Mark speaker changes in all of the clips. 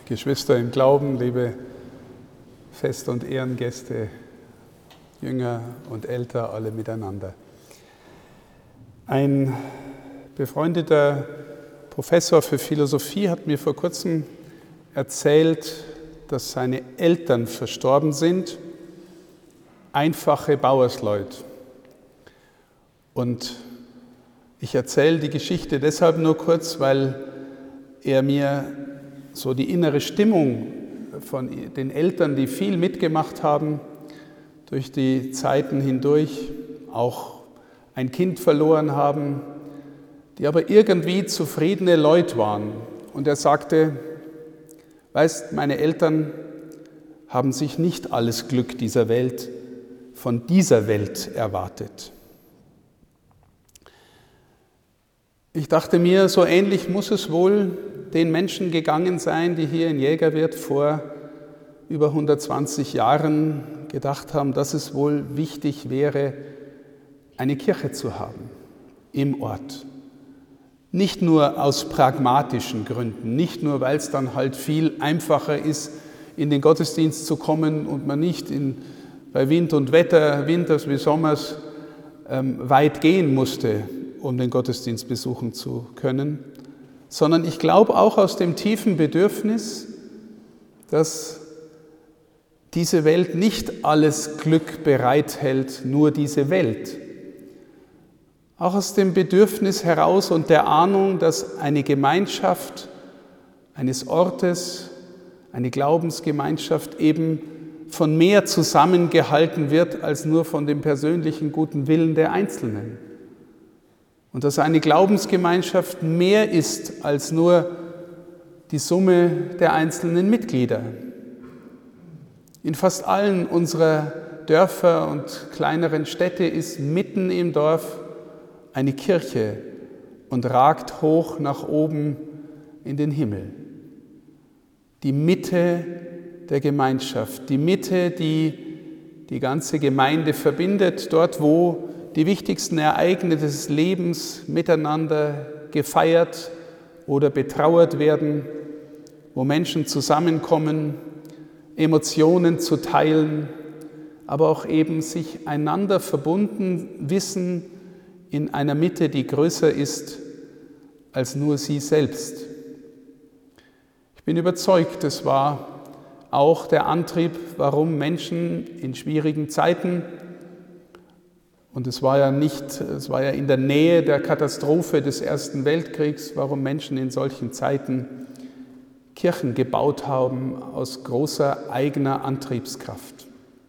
Speaker 1: Geschwister im Glauben, liebe Fest- und Ehrengäste, Jünger und Älter, alle miteinander. Ein befreundeter Professor für Philosophie hat mir vor kurzem erzählt, dass seine Eltern verstorben sind, einfache Bauersleut. Und ich erzähle die Geschichte deshalb nur kurz, weil er mir so die innere Stimmung von den Eltern, die viel mitgemacht haben, durch die Zeiten hindurch, auch ein Kind verloren haben, die aber irgendwie zufriedene Leute waren. Und er sagte, weißt, meine Eltern haben sich nicht alles Glück dieser Welt von dieser Welt erwartet. Ich dachte mir, so ähnlich muss es wohl den Menschen gegangen sein, die hier in Jägerwirth vor über 120 Jahren gedacht haben, dass es wohl wichtig wäre, eine Kirche zu haben im Ort. Nicht nur aus pragmatischen Gründen, nicht nur, weil es dann halt viel einfacher ist, in den Gottesdienst zu kommen und man nicht bei Wind und Wetter, Winters wie Sommers, weit gehen musste, um den Gottesdienst besuchen zu können, sondern ich glaube auch aus dem tiefen Bedürfnis, dass diese Welt nicht alles Glück bereithält, nur diese Welt. Auch aus dem Bedürfnis heraus und der Ahnung, dass eine Gemeinschaft eines Ortes, eine Glaubensgemeinschaft eben von mehr zusammengehalten wird, als nur von dem persönlichen guten Willen der Einzelnen. Und dass eine Glaubensgemeinschaft mehr ist als nur die Summe der einzelnen Mitglieder. In fast allen unserer Dörfer und kleineren Städte ist mitten im Dorf eine Kirche und ragt hoch nach oben in den Himmel. Die Mitte der Gemeinschaft, die Mitte, die die ganze Gemeinde verbindet, dort wo die wichtigsten Ereignisse des Lebens miteinander gefeiert oder betrauert werden, wo Menschen zusammenkommen, Emotionen zu teilen, aber auch eben sich einander verbunden wissen in einer Mitte, die größer ist als nur sie selbst. Ich bin überzeugt, es war auch der Antrieb, warum Menschen in schwierigen Zeiten, und es war ja in der Nähe der Katastrophe des Ersten Weltkriegs, warum Menschen in solchen Zeiten Kirchen gebaut haben aus großer eigener Antriebskraft.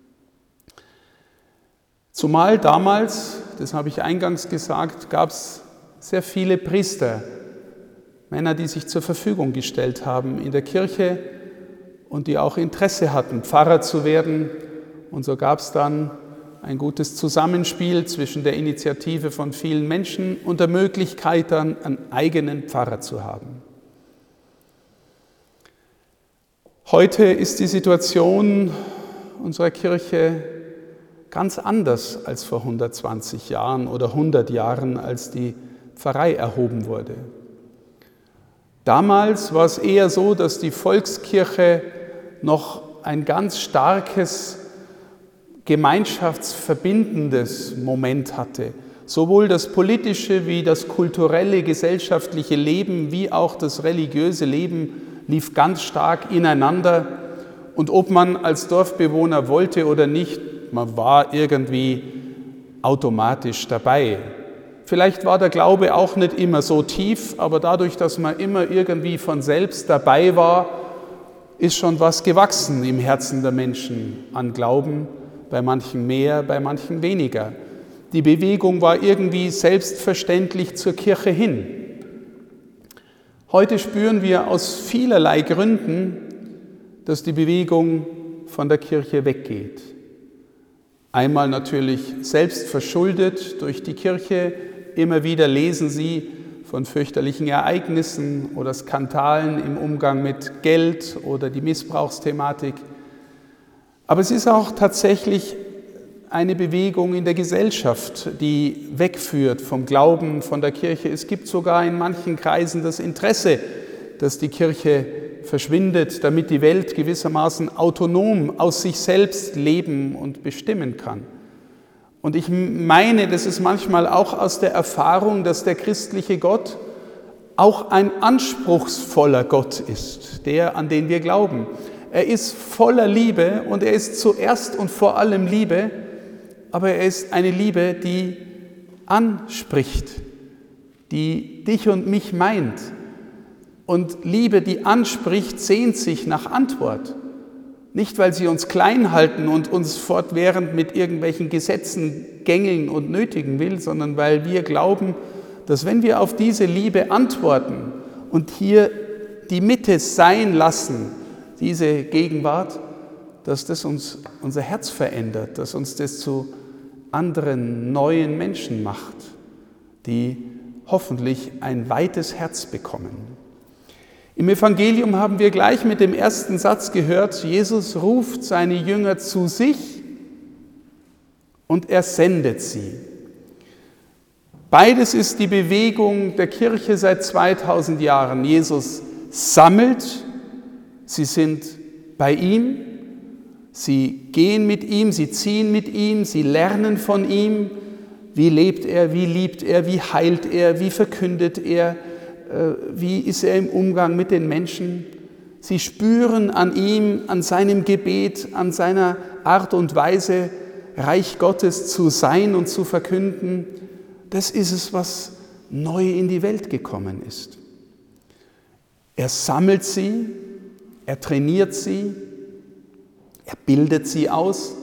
Speaker 1: Zumal damals, das habe ich eingangs gesagt, gab es sehr viele Priester, Männer, die sich zur Verfügung gestellt haben in der Kirche und die auch Interesse hatten, Pfarrer zu werden. Und so gab es dann ein gutes Zusammenspiel zwischen der Initiative von vielen Menschen und der Möglichkeit, dann einen eigenen Pfarrer zu haben. Heute ist die Situation unserer Kirche ganz anders als vor 120 Jahren oder 100 Jahren, als die Pfarrei erhoben wurde. Damals war es eher so, dass die Volkskirche noch ein ganz starkes gemeinschaftsverbindendes Moment hatte. Sowohl das politische wie das kulturelle, gesellschaftliche Leben wie auch das religiöse Leben lief ganz stark ineinander. Und ob man als Dorfbewohner wollte oder nicht, man war irgendwie automatisch dabei. Vielleicht war der Glaube auch nicht immer so tief, aber dadurch, dass man immer irgendwie von selbst dabei war, ist schon was gewachsen im Herzen der Menschen an Glauben, bei manchen mehr, bei manchen weniger. Die Bewegung war irgendwie selbstverständlich zur Kirche hin. Heute spüren wir aus vielerlei Gründen, dass die Bewegung von der Kirche weggeht. Einmal natürlich selbst verschuldet durch die Kirche. Immer wieder lesen Sie von fürchterlichen Ereignissen oder Skandalen im Umgang mit Geld oder die Missbrauchsthematik. Aber es ist auch tatsächlich eine Bewegung in der Gesellschaft, die wegführt vom Glauben, von der Kirche. Es gibt sogar in manchen Kreisen das Interesse, dass die Kirche verschwindet, damit die Welt gewissermaßen autonom aus sich selbst leben und bestimmen kann. Und ich meine, das ist manchmal auch aus der Erfahrung, dass der christliche Gott auch ein anspruchsvoller Gott ist, der, an den wir glauben. Er ist voller Liebe und er ist zuerst und vor allem Liebe, aber er ist eine Liebe, die anspricht, die dich und mich meint. Und Liebe, die anspricht, sehnt sich nach Antwort. Nicht, weil sie uns klein halten und uns fortwährend mit irgendwelchen Gesetzen gängeln und nötigen will, sondern weil wir glauben, dass wenn wir auf diese Liebe antworten und hier die Mitte sein lassen, diese Gegenwart, dass das uns unser Herz verändert, dass uns das zu anderen, neuen Menschen macht, die hoffentlich ein weites Herz bekommen. Im Evangelium haben wir gleich mit dem ersten Satz gehört, Jesus ruft seine Jünger zu sich und er sendet sie. Beides ist die Bewegung der Kirche seit 2000 Jahren. Jesus sammelt, sie sind bei ihm, sie gehen mit ihm, sie ziehen mit ihm, sie lernen von ihm, wie lebt er, wie liebt er, wie heilt er, wie verkündet er, wie ist er im Umgang mit den Menschen. Sie spüren an ihm, an seinem Gebet, an seiner Art und Weise, Reich Gottes zu sein und zu verkünden. Das ist es, was neu in die Welt gekommen ist. Er sammelt sie, er trainiert sie, er bildet sie aus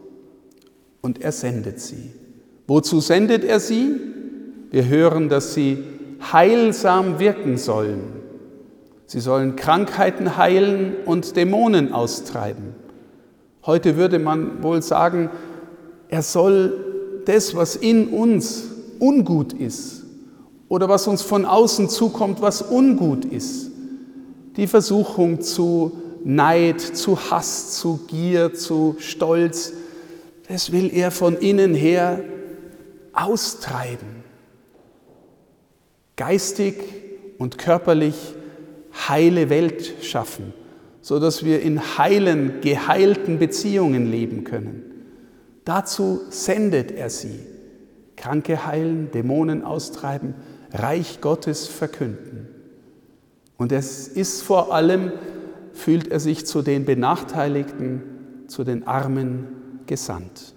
Speaker 1: und er sendet sie. Wozu sendet er sie? Wir hören, dass sie heilsam wirken sollen. Sie sollen Krankheiten heilen und Dämonen austreiben. Heute würde man wohl sagen, er soll das, was in uns ungut ist oder was uns von außen zukommt, was ungut ist, die Versuchung zu Neid, zu Hass, zu Gier, zu Stolz, das will er von innen her austreiben. Geistig und körperlich heile Welt schaffen, sodass wir in heilen, geheilten Beziehungen leben können. Dazu sendet er sie. Kranke heilen, Dämonen austreiben, Reich Gottes verkünden. Und es ist vor allem, fühlt er sich zu den Benachteiligten, zu den Armen gesandt.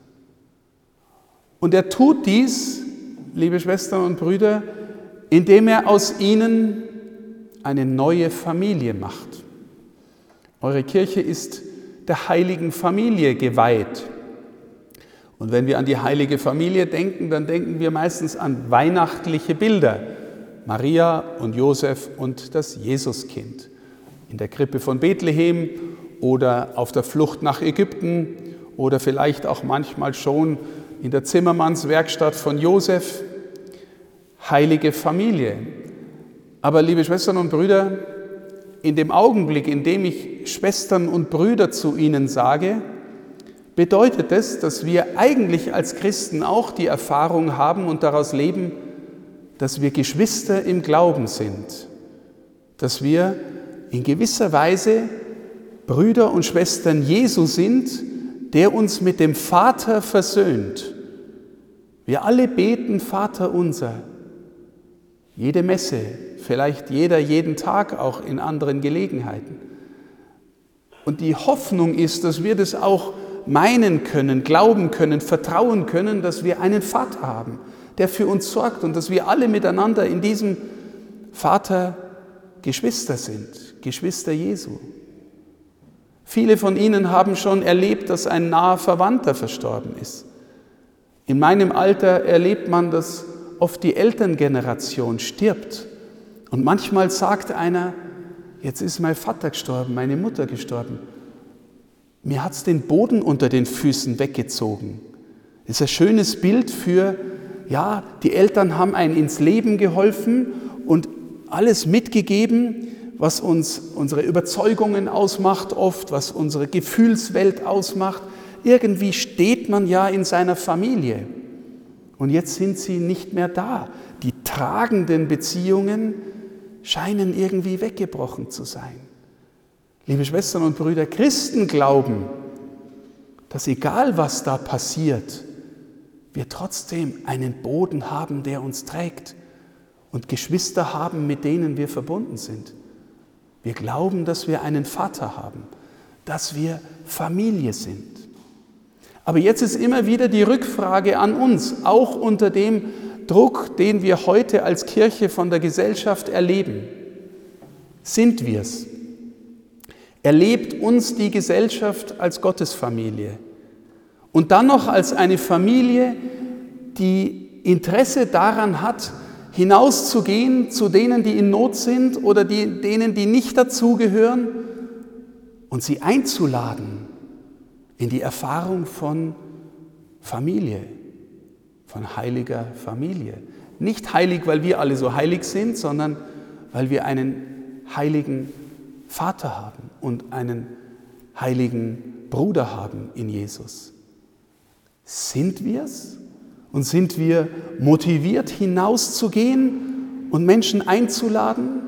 Speaker 1: Und er tut dies, liebe Schwestern und Brüder, indem er aus ihnen eine neue Familie macht. Eure Kirche ist der heiligen Familie geweiht. Und wenn wir an die heilige Familie denken, dann denken wir meistens an weihnachtliche Bilder. Maria und Josef und das Jesuskind. In der Krippe von Bethlehem oder auf der Flucht nach Ägypten oder vielleicht auch manchmal schon in der Zimmermannswerkstatt von Josef. Heilige Familie. Aber liebe Schwestern und Brüder, in dem Augenblick, in dem ich Schwestern und Brüder zu ihnen sage, bedeutet es, dass wir eigentlich als Christen auch die Erfahrung haben und daraus leben, dass wir Geschwister im Glauben sind, dass wir in gewisser Weise Brüder und Schwestern Jesu sind, der uns mit dem Vater versöhnt. Wir alle beten Vater unser. Jede Messe, vielleicht jeder jeden Tag auch in anderen Gelegenheiten. Und die Hoffnung ist, dass wir das auch meinen können, glauben können, vertrauen können, dass wir einen Vater haben, der für uns sorgt und dass wir alle miteinander in diesem Vater Geschwister sind, Geschwister Jesu. Viele von Ihnen haben schon erlebt, dass ein naher Verwandter verstorben ist. In meinem Alter erlebt man, dass oft die Elterngeneration stirbt. Und manchmal sagt einer, jetzt ist mein Vater gestorben, meine Mutter gestorben. Mir hat es den Boden unter den Füßen weggezogen. Das ist ein schönes Bild für, ja, die Eltern haben einen ins Leben geholfen und alles mitgegeben, was uns unsere Überzeugungen ausmacht oft, was unsere Gefühlswelt ausmacht. Irgendwie steht man ja in seiner Familie. Und jetzt sind sie nicht mehr da. Die tragenden Beziehungen scheinen irgendwie weggebrochen zu sein. Liebe Schwestern und Brüder, Christen glauben, dass egal was da passiert, wir trotzdem einen Boden haben, der uns trägt und Geschwister haben, mit denen wir verbunden sind. Wir glauben, dass wir einen Vater haben, dass wir Familie sind. Aber jetzt ist immer wieder die Rückfrage an uns, auch unter dem Druck, den wir heute als Kirche von der Gesellschaft erleben. Sind wir es? Erlebt uns die Gesellschaft als Gottesfamilie und dann noch als eine Familie, die Interesse daran hat, hinauszugehen zu denen, die in Not sind oder denen, die nicht dazugehören und sie einzuladen in die Erfahrung von Familie, von heiliger Familie. Nicht heilig, weil wir alle so heilig sind, sondern weil wir einen heiligen Vater haben und einen heiligen Bruder haben in Jesus. Sind wir es? Und sind wir motiviert, hinauszugehen und Menschen einzuladen?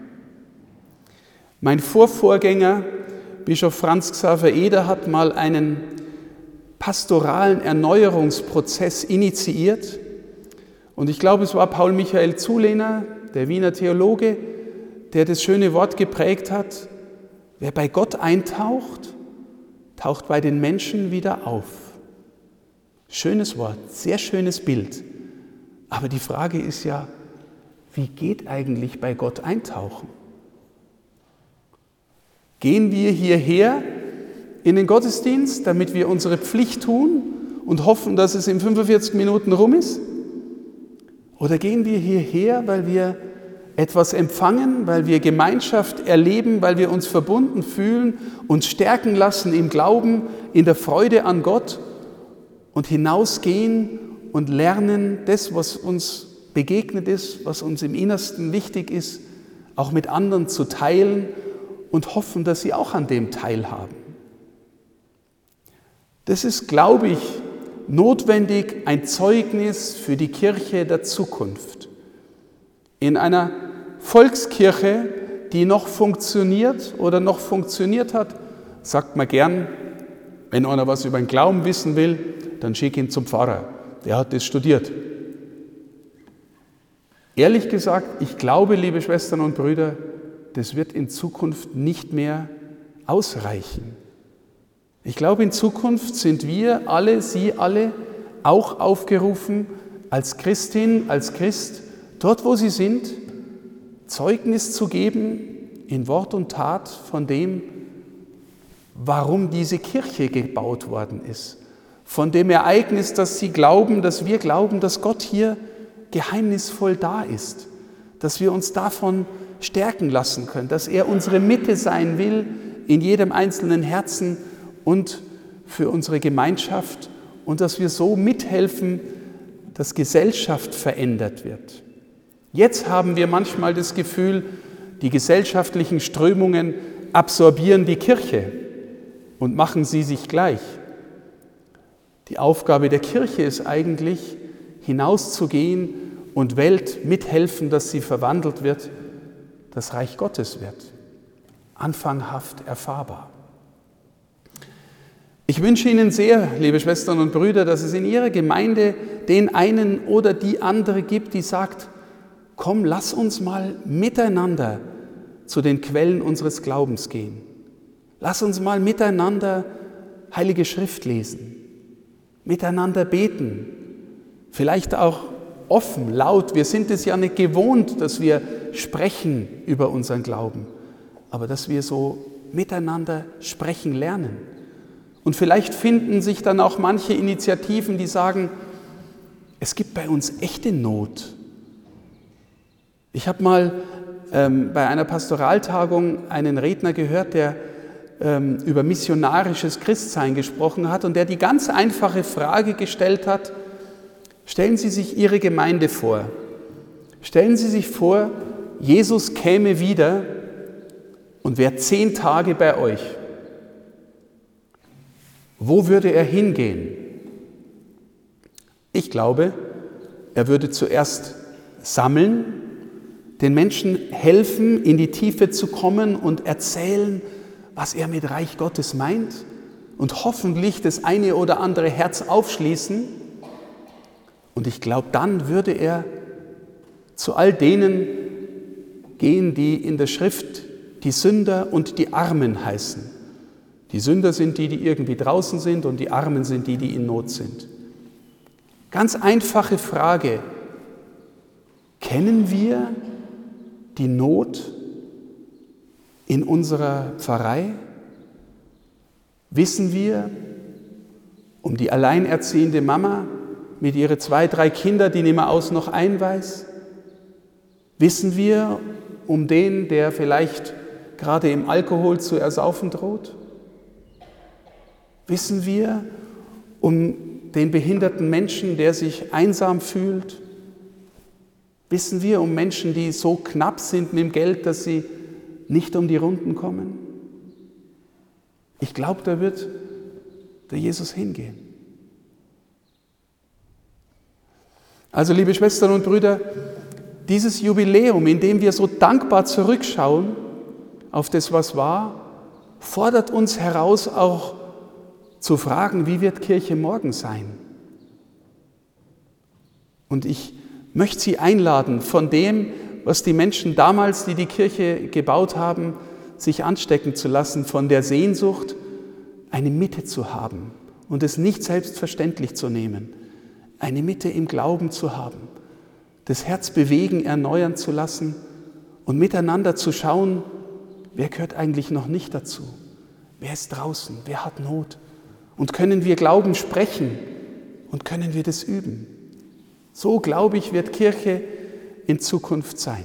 Speaker 1: Mein Vorvorgänger, Bischof Franz Xaver Eder, hat mal einen pastoralen Erneuerungsprozess initiiert. Und ich glaube, es war Paul Michael Zulehner, der Wiener Theologe, der das schöne Wort geprägt hat: Wer bei Gott eintaucht, taucht bei den Menschen wieder auf. Schönes Wort, sehr schönes Bild. Aber die Frage ist ja, wie geht eigentlich bei Gott eintauchen? Gehen wir hierher in den Gottesdienst, damit wir unsere Pflicht tun und hoffen, dass es in 45 Minuten rum ist? Oder gehen wir hierher, weil wir etwas empfangen, weil wir Gemeinschaft erleben, weil wir uns verbunden fühlen, uns stärken lassen im Glauben, in der Freude an Gott und hinausgehen und lernen, das, was uns begegnet ist, was uns im Innersten wichtig ist, auch mit anderen zu teilen und hoffen, dass sie auch an dem teilhaben. Das ist, glaube ich, notwendig, ein Zeugnis für die Kirche der Zukunft. In einer Volkskirche, die noch funktioniert oder noch funktioniert hat, sagt man gern, wenn einer was über den Glauben wissen will, dann schick ihn zum Pfarrer, der hat das studiert. Ehrlich gesagt, ich glaube, liebe Schwestern und Brüder, das wird in Zukunft nicht mehr ausreichen. Ich glaube, in Zukunft sind wir alle, Sie alle, auch aufgerufen, als Christin, als Christ, dort wo Sie sind, Zeugnis zu geben in Wort und Tat von dem, warum diese Kirche gebaut worden ist. Von dem Ereignis, dass Sie glauben, dass wir glauben, dass Gott hier geheimnisvoll da ist. Dass wir uns davon stärken lassen können, dass er unsere Mitte sein will in jedem einzelnen Herzen und für unsere Gemeinschaft und dass wir so mithelfen, dass Gesellschaft verändert wird. Jetzt haben wir manchmal das Gefühl, die gesellschaftlichen Strömungen absorbieren die Kirche und machen sie sich gleich. Die Aufgabe der Kirche ist eigentlich, hinauszugehen und Welt mithelfen, dass sie verwandelt wird, das Reich Gottes wird. Anfanghaft erfahrbar. Ich wünsche Ihnen sehr, liebe Schwestern und Brüder, dass es in Ihrer Gemeinde den einen oder die andere gibt, die sagt, komm, lass uns mal miteinander zu den Quellen unseres Glaubens gehen. Lass uns mal miteinander Heilige Schrift lesen, miteinander beten, vielleicht auch offen, laut. Wir sind es ja nicht gewohnt, dass wir sprechen über unseren Glauben, aber dass wir so miteinander sprechen lernen. Und vielleicht finden sich dann auch manche Initiativen, die sagen, es gibt bei uns echte Not. Ich habe mal bei einer Pastoraltagung einen Redner gehört, der über missionarisches Christsein gesprochen hat und der die ganz einfache Frage gestellt hat, stellen Sie sich Ihre Gemeinde vor. Stellen Sie sich vor, Jesus käme wieder und wäre 10 Tage bei euch. Wo würde er hingehen? Ich glaube, er würde zuerst sammeln, den Menschen helfen, in die Tiefe zu kommen und erzählen, was er mit Reich Gottes meint und hoffentlich das eine oder andere Herz aufschließen. Und ich glaube, dann würde er zu all denen gehen, die in der Schrift die Sünder und die Armen heißen. Die Sünder sind die, die irgendwie draußen sind, und die Armen sind die, die in Not sind. Ganz einfache Frage: Kennen wir die Not in unserer Pfarrei? Wissen wir um die alleinerziehende Mama mit ihren 2, 3 Kindern, die nicht mehr aus noch ein weiß? Wissen wir um den, der vielleicht gerade im Alkohol zu ersaufen droht? Wissen wir um den behinderten Menschen, der sich einsam fühlt? Wissen wir um Menschen, die so knapp sind mit dem Geld, dass sie nicht um die Runden kommen? Ich glaube, da wird der Jesus hingehen. Also, liebe Schwestern und Brüder, dieses Jubiläum, in dem wir so dankbar zurückschauen auf das, was war, fordert uns heraus, auch zu fragen, wie wird Kirche morgen sein? Und ich möchte Sie einladen, von dem, was die Menschen damals, die die Kirche gebaut haben, sich anstecken zu lassen, von der Sehnsucht, eine Mitte zu haben und es nicht selbstverständlich zu nehmen, eine Mitte im Glauben zu haben, das Herz bewegen, erneuern zu lassen und miteinander zu schauen, wer gehört eigentlich noch nicht dazu? Wer ist draußen? Wer hat Not? Und können wir Glauben sprechen und können wir das üben? So, glaube ich, wird Kirche in Zukunft sein.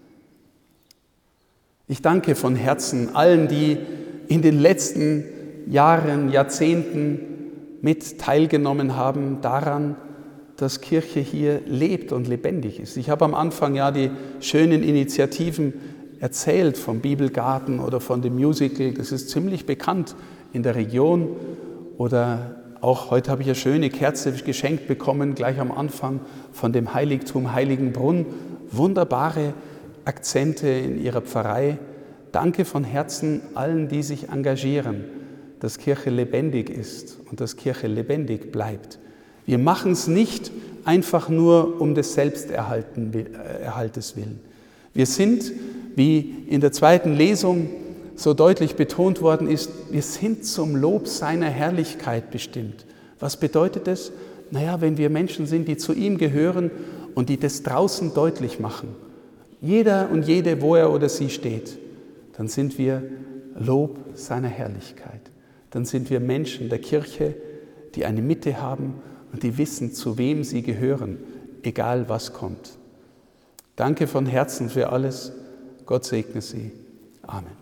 Speaker 1: Ich danke von Herzen allen, die in den letzten Jahren, Jahrzehnten mit teilgenommen haben daran, dass Kirche hier lebt und lebendig ist. Ich habe am Anfang ja die schönen Initiativen erzählt vom Bibelgarten oder von dem Musical. Das ist ziemlich bekannt in der Region. Oder auch heute habe ich eine schöne Kerze geschenkt bekommen, gleich am Anfang von dem Heiligtum Heiligenbrunn. Wunderbare Akzente in ihrer Pfarrei. Danke von Herzen allen, die sich engagieren, dass Kirche lebendig ist und dass Kirche lebendig bleibt. Wir machen es nicht einfach nur um des Selbsterhaltes willen. Wir sind, wie in der zweiten Lesung so deutlich betont worden ist, wir sind zum Lob seiner Herrlichkeit bestimmt. Was bedeutet das? Naja, wenn wir Menschen sind, die zu ihm gehören und die das draußen deutlich machen, jeder und jede, wo er oder sie steht, dann sind wir Lob seiner Herrlichkeit. Dann sind wir Menschen der Kirche, die eine Mitte haben und die wissen, zu wem sie gehören, egal was kommt. Danke von Herzen für alles. Gott segne Sie. Amen.